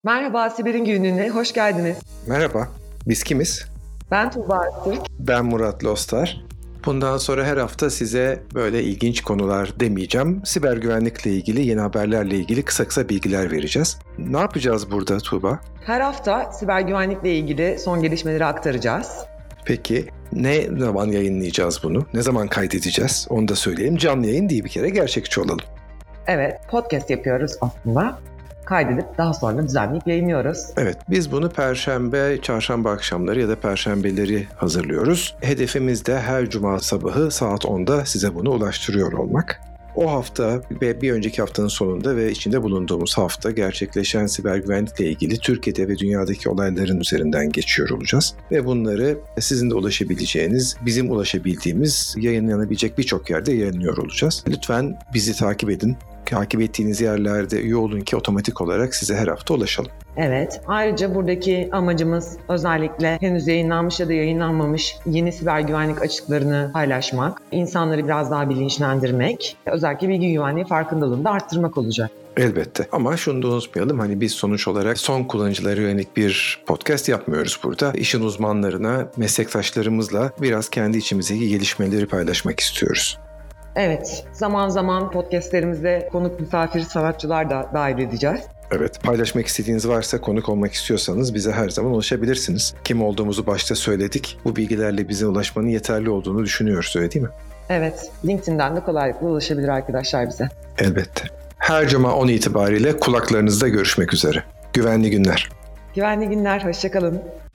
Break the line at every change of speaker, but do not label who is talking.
Merhaba Siber'in günlüğüne hoş geldiniz.
Merhaba, biz kimiz?
Ben Tuğba Öztürk.
Ben Murat Lostar. Bundan sonra her hafta size böyle ilginç konular demeyeceğim. Siber güvenlikle ilgili, yeni haberlerle ilgili kısa bilgiler vereceğiz. Ne yapacağız burada Tuğba?
Her hafta siber güvenlikle ilgili son gelişmeleri aktaracağız.
Peki ne zaman yayınlayacağız bunu? Ne zaman kaydedeceğiz? Onu da söyleyelim. Canlı yayın değil, bir kere gerçekçi olalım.
Evet, podcast yapıyoruz aslında. Kaydedip daha sonra düzenleyip yayınlıyoruz.
Evet, biz bunu Perşembe, Çarşamba akşamları ya da Perşembeleri hazırlıyoruz. Hedefimiz de her Cuma sabahı saat 10'da size bunu ulaştırıyor olmak. O hafta ve bir önceki haftanın sonunda ve içinde bulunduğumuz hafta gerçekleşen siber güvenlikle ilgili Türkiye'de ve dünyadaki olayların üzerinden geçiyor olacağız. Ve bunları sizin de ulaşabileceğiniz, bizim ulaşabildiğimiz, yayınlanabilecek birçok yerde yayınlıyor olacağız. Lütfen bizi takip edin. Takip ettiğiniz yerlerde üye olun ki otomatik olarak size her hafta ulaşalım.
Evet, ayrıca buradaki amacımız özellikle henüz yayınlanmış ya da yayınlanmamış yeni siber güvenlik açıklarını paylaşmak, insanları biraz daha bilinçlendirmek, özellikle bilgi güvenliği farkındalığını da arttırmak olacak.
Elbette. Ama şunu da unutmayalım, hani biz sonuç olarak son kullanıcılara yönelik bir podcast yapmıyoruz burada. İşin uzmanlarına, meslektaşlarımızla biraz kendi içimizdeki gelişmeleri paylaşmak istiyoruz.
Evet, zaman zaman podcastlerimizde konuk misafir sanatçılar da dahil edeceğiz.
Evet, paylaşmak istediğiniz varsa, konuk olmak istiyorsanız bize her zaman ulaşabilirsiniz. Kim olduğumuzu başta söyledik. Bu bilgilerle bize ulaşmanın yeterli olduğunu düşünüyoruz, öyle değil mi?
Evet, LinkedIn'den de kolaylıkla ulaşabilir arkadaşlar bize.
Elbette. Her Cuma 10 itibariyle kulaklarınızda görüşmek üzere. Güvenli günler.
Güvenli günler, hoşça kalın.